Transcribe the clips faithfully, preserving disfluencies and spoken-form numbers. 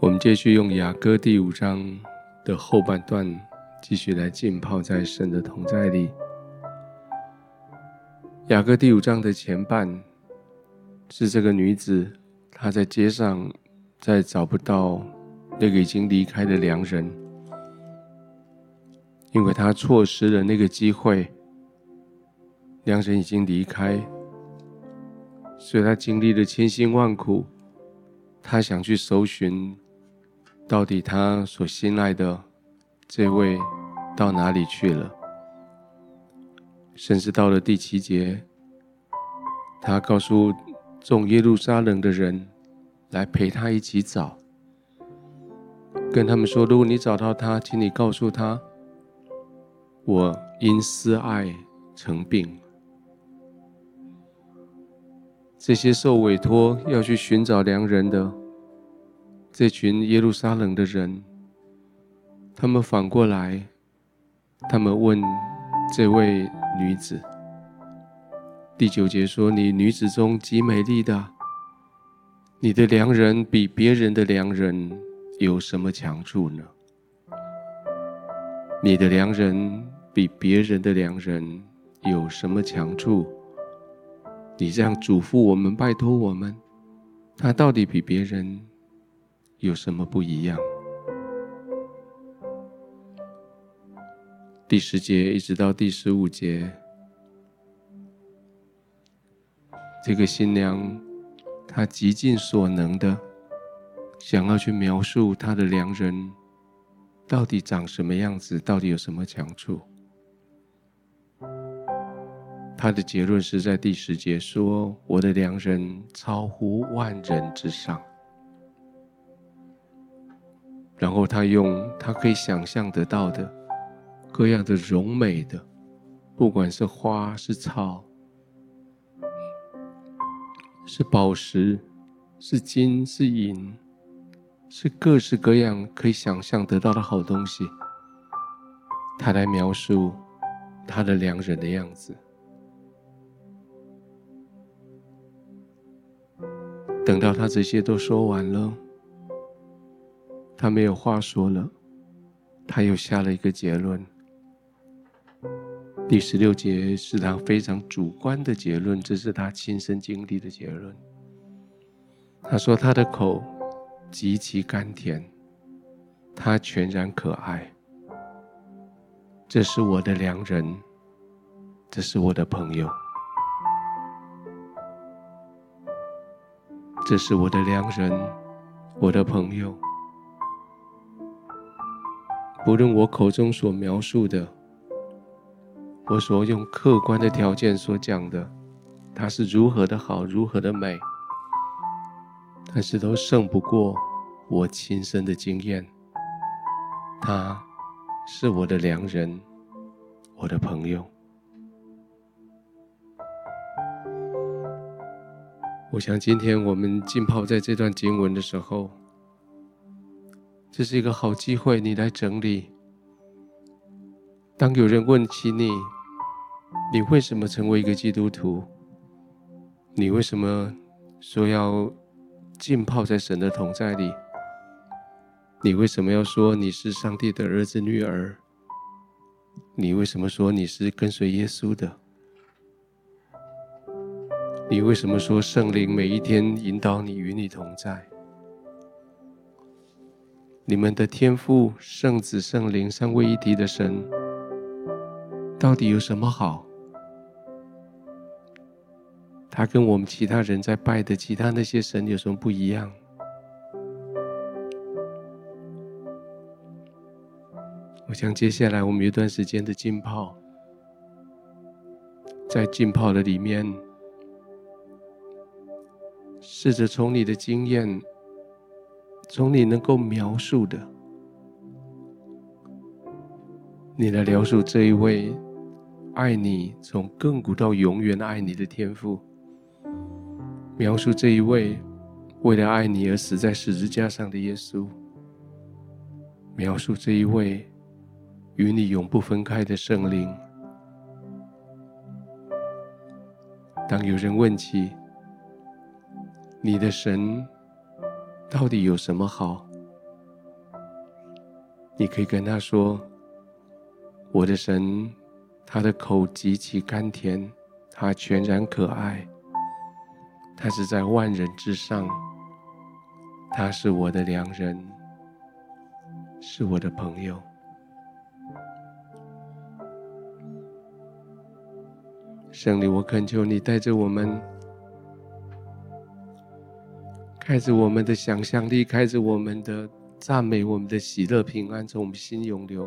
我们继续用雅歌第五章的后半段，继续来浸泡在神的同在里。雅歌第五章的前半是这个女子，她在街上再找不到那个已经离开的良人，因为她错失了那个机会，良人已经离开，所以她经历了千辛万苦，她想去搜寻到底她所心爱的这位到哪里去了。甚至到了第七节，他告诉众耶路撒冷的人来陪他一起找，跟他们说，如果你找到他，请你告诉他，我因思爱成病。这些受委托要去寻找良人的这群耶路撒冷的人，他们反过来，他们问这位女子，第九节说，你女子中极美丽的，你的良人比别人的良人有什么强处呢？你的良人比别人的良人有什么强处？你这样嘱咐我们，拜托我们，他到底比别人有什么不一样？第十节一直到第十五节，这个新娘她极尽所能的想要去描述她的良人到底长什么样子，到底有什么强处。她的结论是在第十节说，我的良人超乎万人之上。然后她用她可以想象得到的各样的柔美的，不管是花是草，是宝石，是金是银，是各式各样可以想象得到的好东西，他来描述他的良人的样子。等到他这些都说完了，他没有话说了，他又下了一个结论。第十六节是他非常主观的结论，这是他亲身经历的结论。他说他的口极其甘甜，他全然可爱，这是我的良人，这是我的朋友，这是我的良人，我的朋友。不论我口中所描述的，我所用客观的条件所讲的，它是如何的好，如何的美，但是都胜不过我亲身的经验。他是我的良人，我的朋友。我想今天我们浸泡在这段经文的时候，这是一个好机会，你来整理。当有人问起你，你为什么成为一个基督徒？你为什么说要浸泡在神的同在里？你为什么要说你是上帝的儿子女儿？你为什么说你是跟随耶稣的？你为什么说圣灵每一天引导你，与你同在？你们的天父圣子圣灵三位一体的神到底有什么好？他跟我们其他人在拜的其他那些神有什么不一样？我想接下来我们有一段时间的浸泡，在浸泡的里面，试着从你的经验，从你能够描述的，你来描述这一位爱你从亘古到永远爱你的天父，描述这一位为了爱你而死在十字架上的耶稣，描述这一位与你永不分开的圣灵。当有人问起你的神到底有什么好， 你可以跟他说，我的神，他的口极其甘甜，他全然可爱，他是在万人之上，他是我的良人，是我的朋友。圣灵，我恳求你带着我们，开着我们的想象力，开着我们的赞美，我们的喜乐平安从我们心涌流，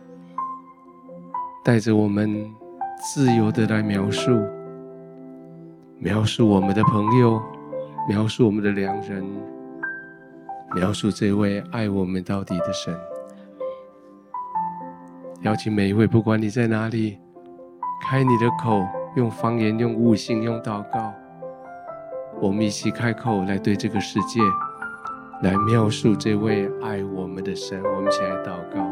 带着我们自由的来描述描述我们的朋友，描述我们的良人，描述这位爱我们到底的神。邀请每一位，不管你在哪里，开你的口，用方言，用悟性，用祷告，我们一起开口来对这个世界来描述这位爱我们的神。我们一起来祷告。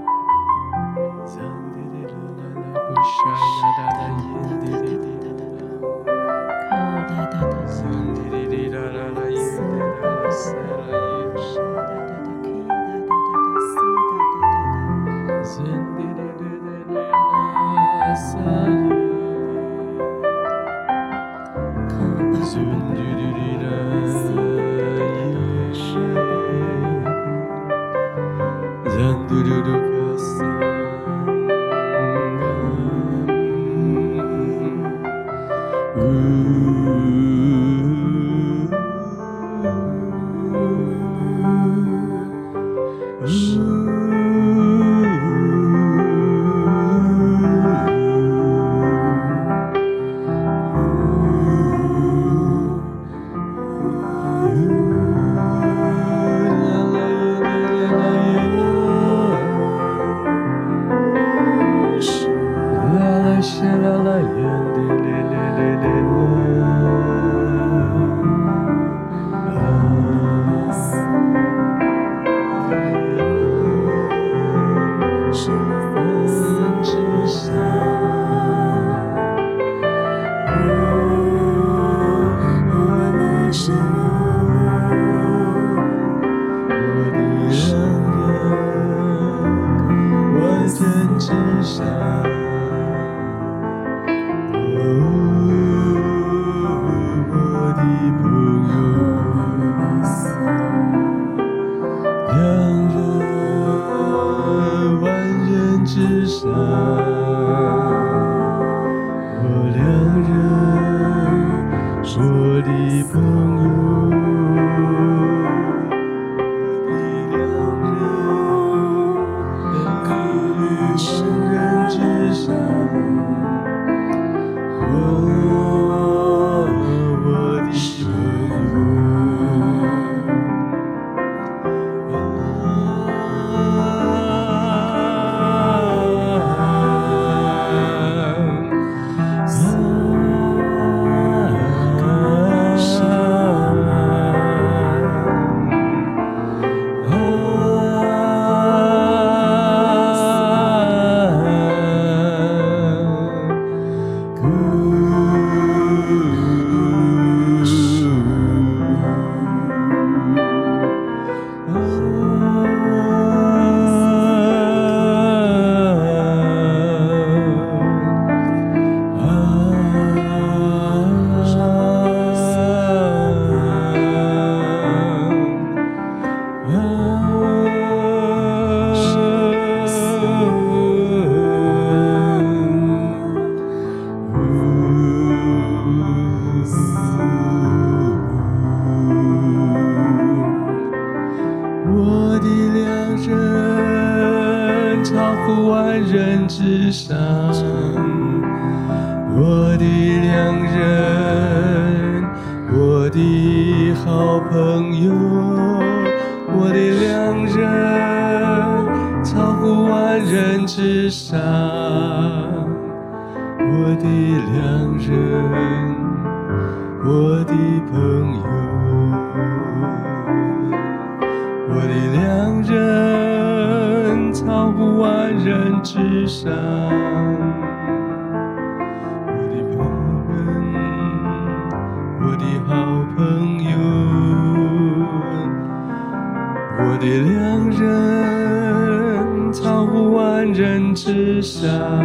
我的良人超万人之上，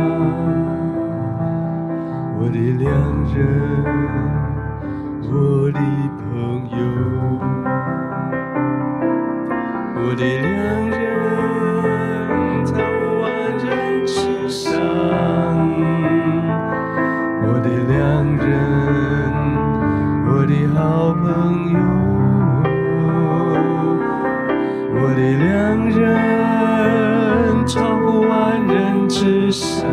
我的良人，我的朋友，我的良人，超万人之上，我的良人，我的好朋友，我的良人，超过万人之上，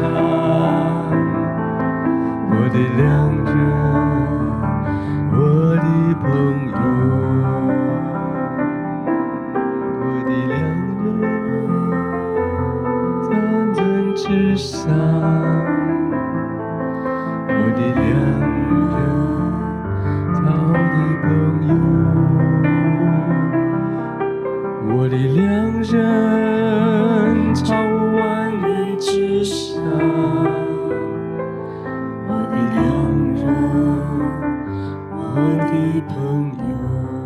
我的良人，我的朋友，我的良人，万人之上，我的良人，好的朋友，我的良人，超万人之上，我的良人，我的朋友。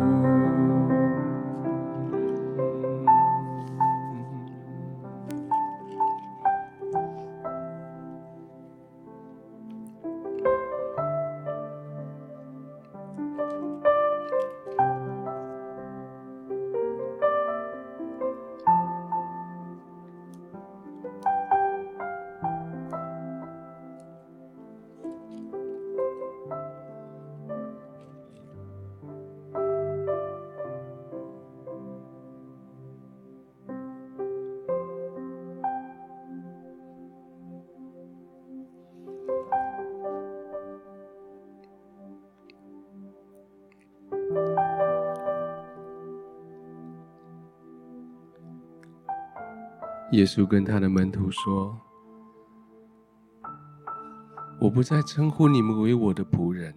耶稣跟他的门徒说：我不再称呼你们为我的仆人，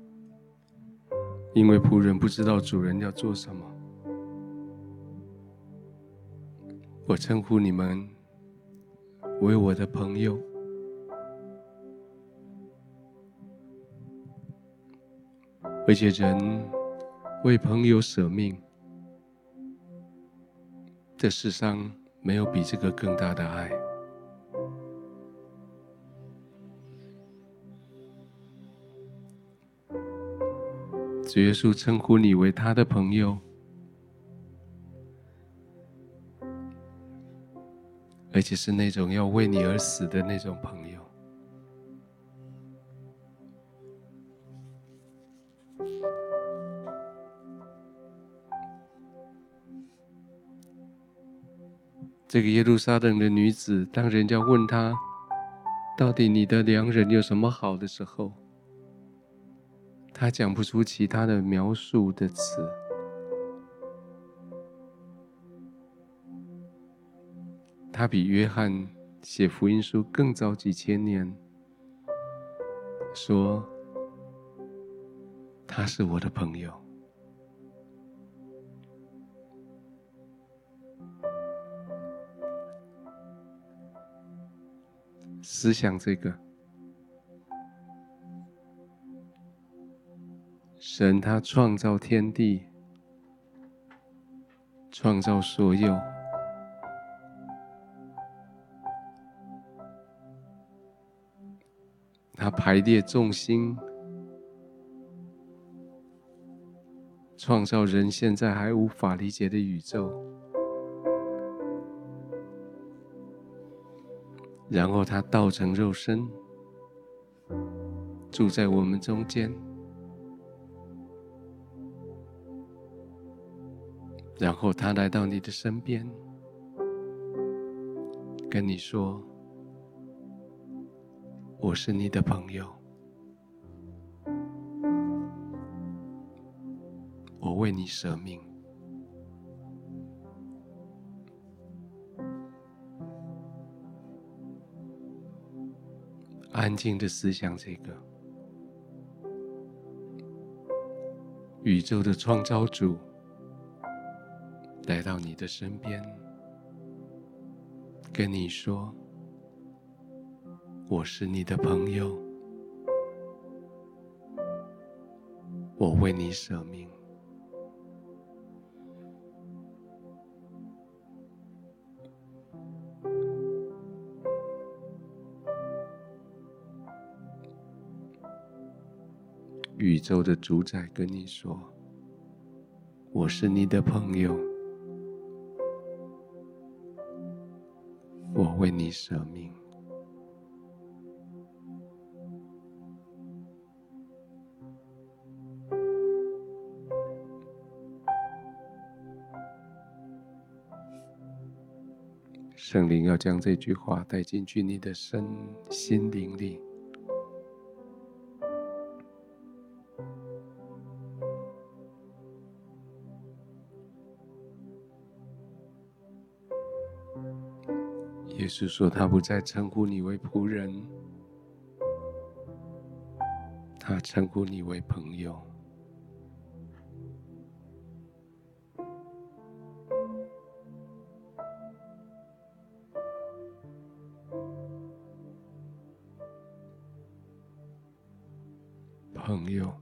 因为仆人不知道主人要做什么。我称呼你们为我的朋友，而且人为朋友舍命，这世上没有比这个更大的爱。主耶稣称呼你为他的朋友，而且是那种要为你而死的那种朋友。这个耶路撒冷的女子，当人家问她到底你的良人有什么好的时候，她讲不出其他的描述的词。她比约翰写福音书更早几千年，说他是我的朋友。思想这个，神他创造天地，创造所有，他排列众星，创造人现在还无法理解的宇宙，然后他道成肉身，住在我们中间，然后他来到你的身边，跟你说：我是你的朋友，我为你舍命。安静的思想这个，宇宙的创造主来到你的身边，跟你说：我是你的朋友，我为你舍命。 宇宙的主宰跟你说：我是你的朋友，我为你舍命。圣灵要将这句话带进去你的身心灵里，耶稣说他不再称呼你为仆人，他称呼你为朋友。朋友，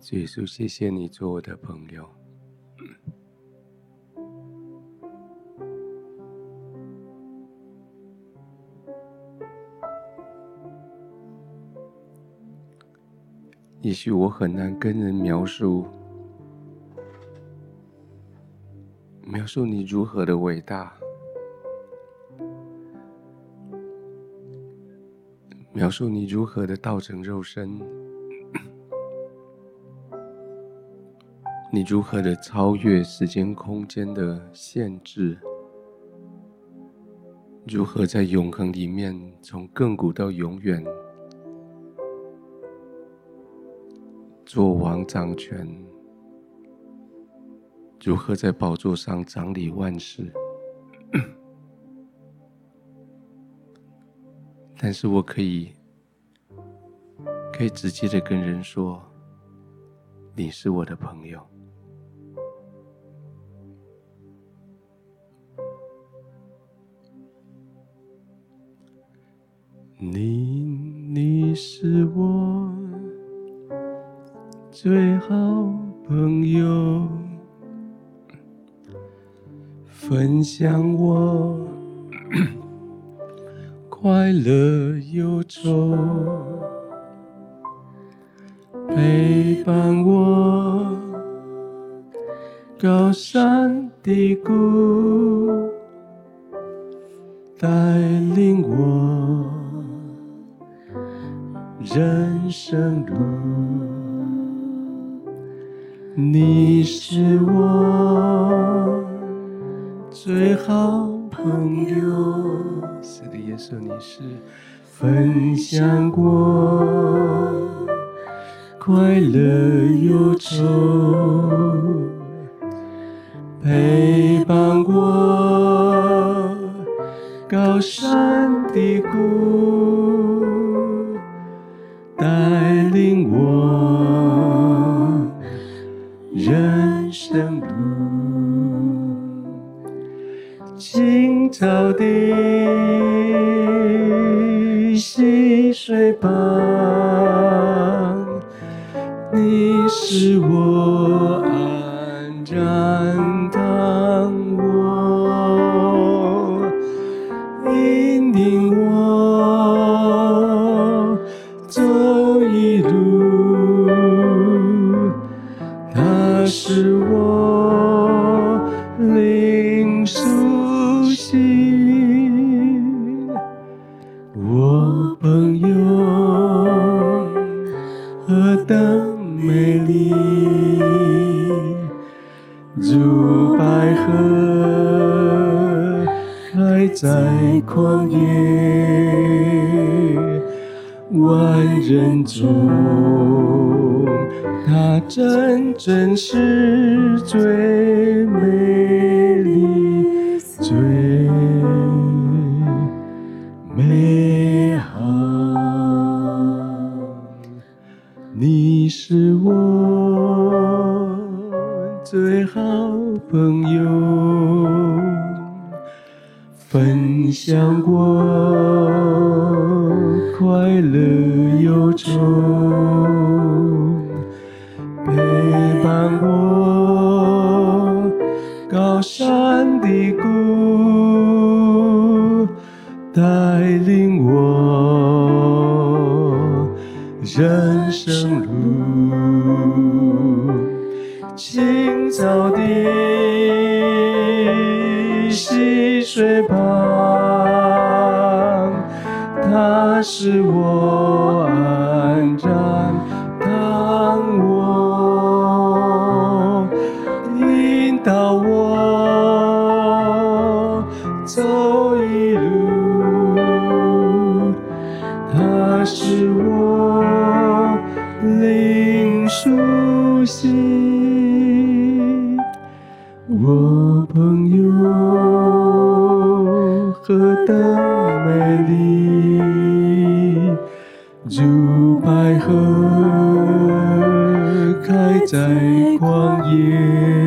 主耶稣，谢谢你做我的朋友。也许我很难跟人描述，描述你如何的伟大，描述你如何的道成肉身，你如何的超越时间空间的限制，如何在永恒里面从亘古到永远做王掌权，如何在宝座上掌理万事。但是我可以可以直接的跟人说，你是我的朋友。你你是我最好朋友，分享我快乐忧愁，陪伴我高山低谷，带领我人生路。你是我最好朋友，是的，耶稣，你是分享过快乐忧愁，陪伴过高山低谷，带领我人生路。青草地溪水旁，你是我安然躺卧，引领我走一路，它是我灵苏醒。我朋友何等美丽，如百合开在旷野，万人中她真正是最美丽最美好。你是我最好朋友，分享过快乐忧愁，陪伴我高山低谷，带领我人生路。青草地溪水旁，它是我安然躺卧，引导我走一路，它是我灵苏醒。我朋友何等美丽，如百合开在旷野，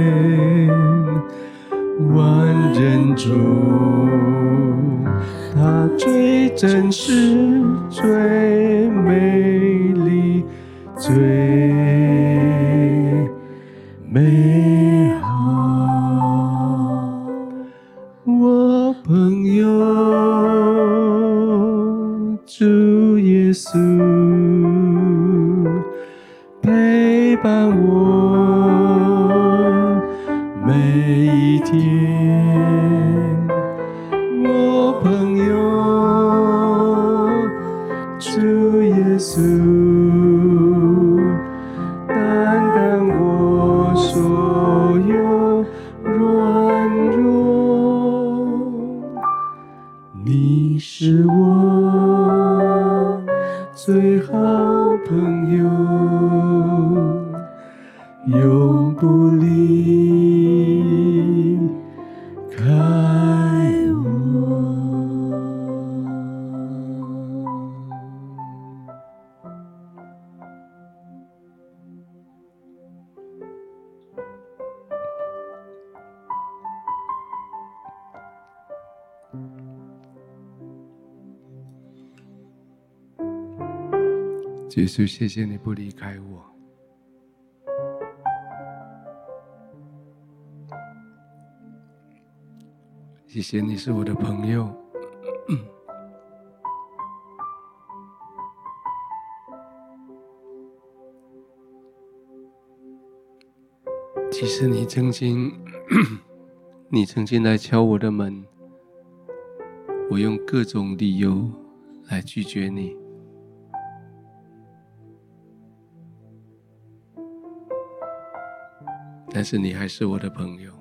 万人中她最真实最美丽最伴我每一天。我朋友，主耶稣，担当我所有软弱。你是我最好朋友，永不离开我。耶稣，谢谢你不离开我。谢谢你是我的朋友。即使你曾经你曾经来敲我的门，我用各种理由来拒绝你，但是你还是我的朋友。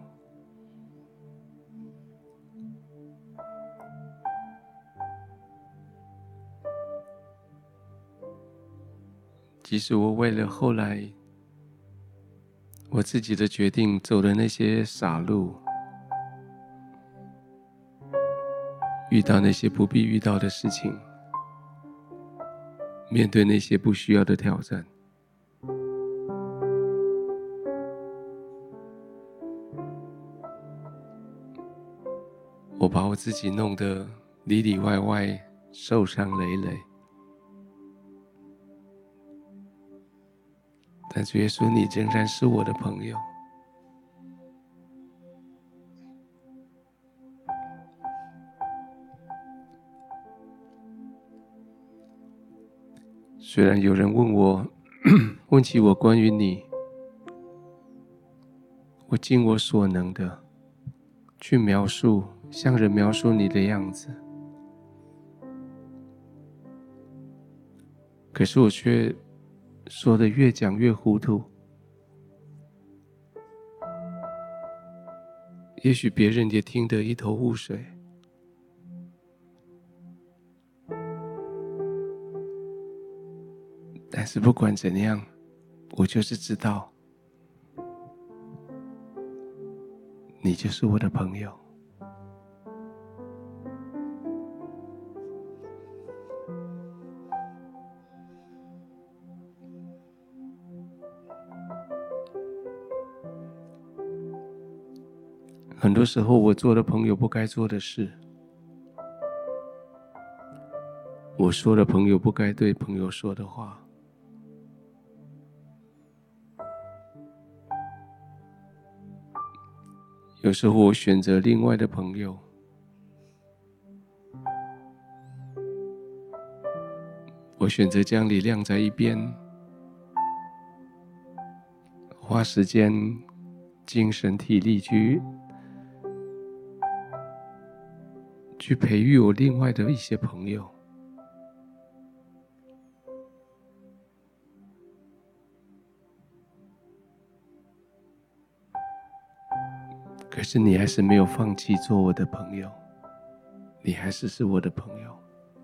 即使我为了后来我自己的决定走的那些傻路，遇到那些不必遇到的事情，面对那些不需要的挑战，我把我自己弄得里里外外受伤累累。但主耶稣，你仍然是我的朋友。虽然有人问我问起我关于你，我尽我所能的去描述，向人描述你的样子，可是我却说得越讲越糊涂。也许别人也听得一头雾水，但是不管怎样，我就是知道你就是我的朋友。很多时候我做了朋友不该做的事，我说了朋友不该对朋友说的话，有时候我选择另外的朋友，我选择将你晾在一边，花时间精神体力去去培育我另外的一些朋友。可是你还是没有放弃做我的朋友，你还是是我的朋友。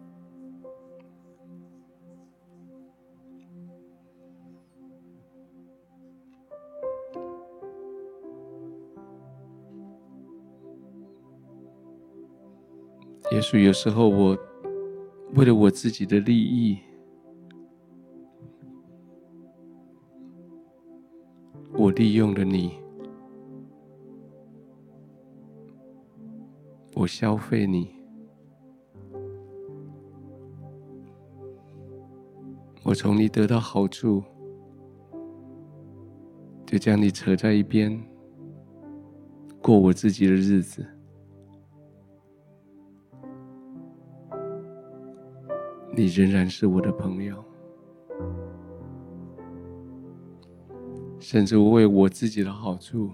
也许有时候我为了我自己的利益，我利用了你，我消费你，我从你得到好处，就将你扯在一边，过我自己的日子。你仍然是我的朋友。 甚至为我自己的好处，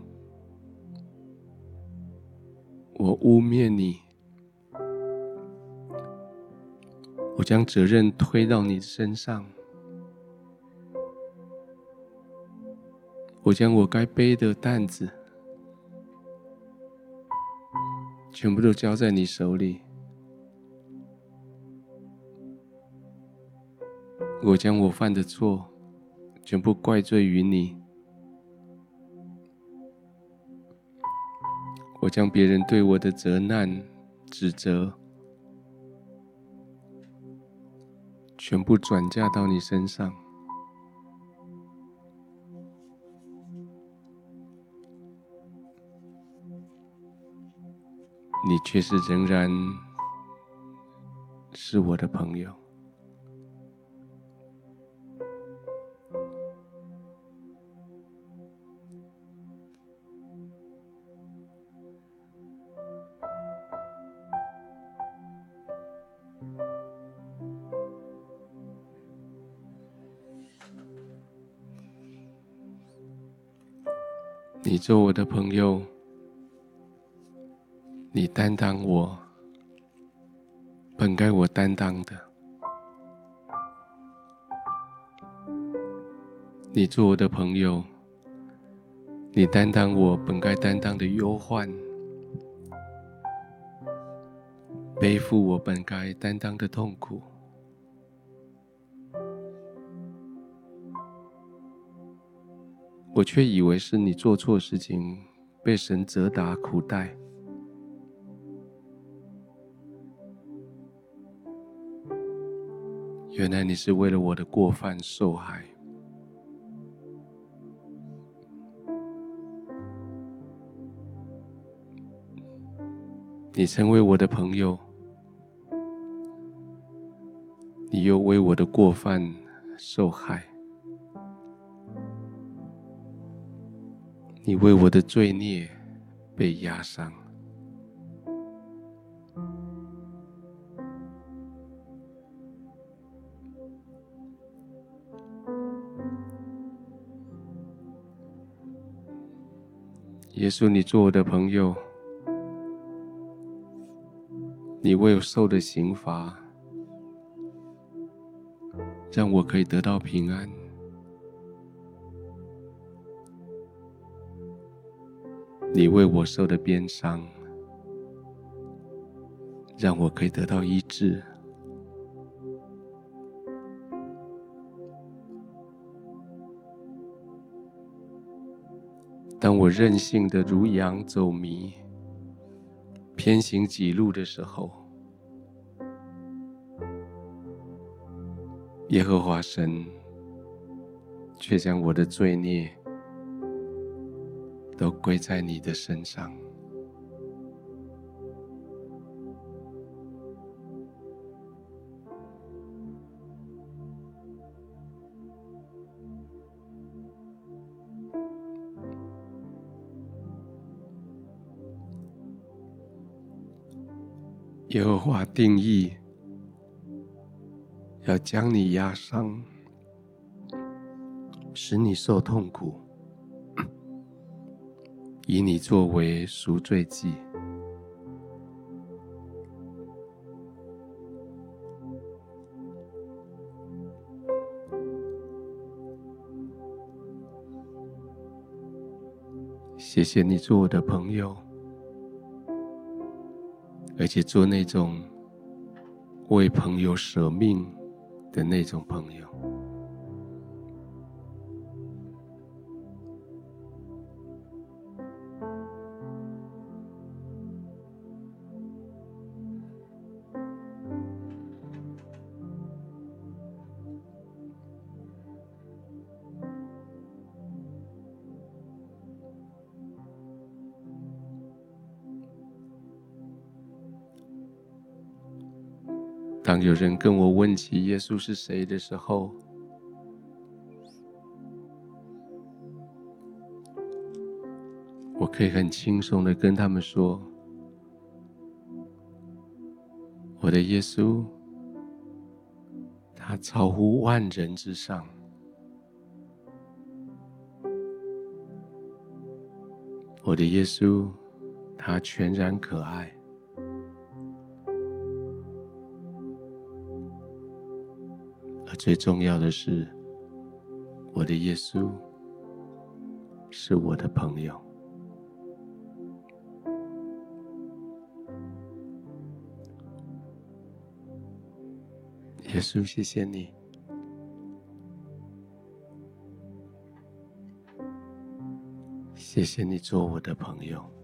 我污蔑你，我将责任推到你身上，我将我该背的担子全部都交在你手里，我将我犯的错全部怪罪于你，我将别人对我的责难、指责全部转嫁到你身上，你却是仍然是我的朋友。你做我的朋友，你担当我本该我担当的，你做我的朋友，你担当我本该担当的忧患，背负我本该担当的痛苦。我却以为是你做错事情，被神责打苦待。原来你是为了我的过犯受害。你成为我的朋友，你又为我的过犯受害。你为我的罪孽被压伤。耶稣，你做我的朋友，你为我受的刑罚，让我可以得到平安。你为我受的鞭伤，让我可以得到医治。当我任性的如羊走迷，偏行己路的时候，耶和华神却将我的罪孽都归在你的身上。耶和华定义要将你压伤，使你受痛苦，以你作为赎罪祭。谢谢你做我的朋友，而且做那种为朋友舍命的那种朋友。当有人跟我问起耶稣是谁的时候，我可以很轻松地跟他们说，我的耶稣，他超乎万人之上， 我的耶稣，他全然可爱。而最重要的是，我的耶稣是我的朋友。耶稣，谢谢你，谢谢你做我的朋友。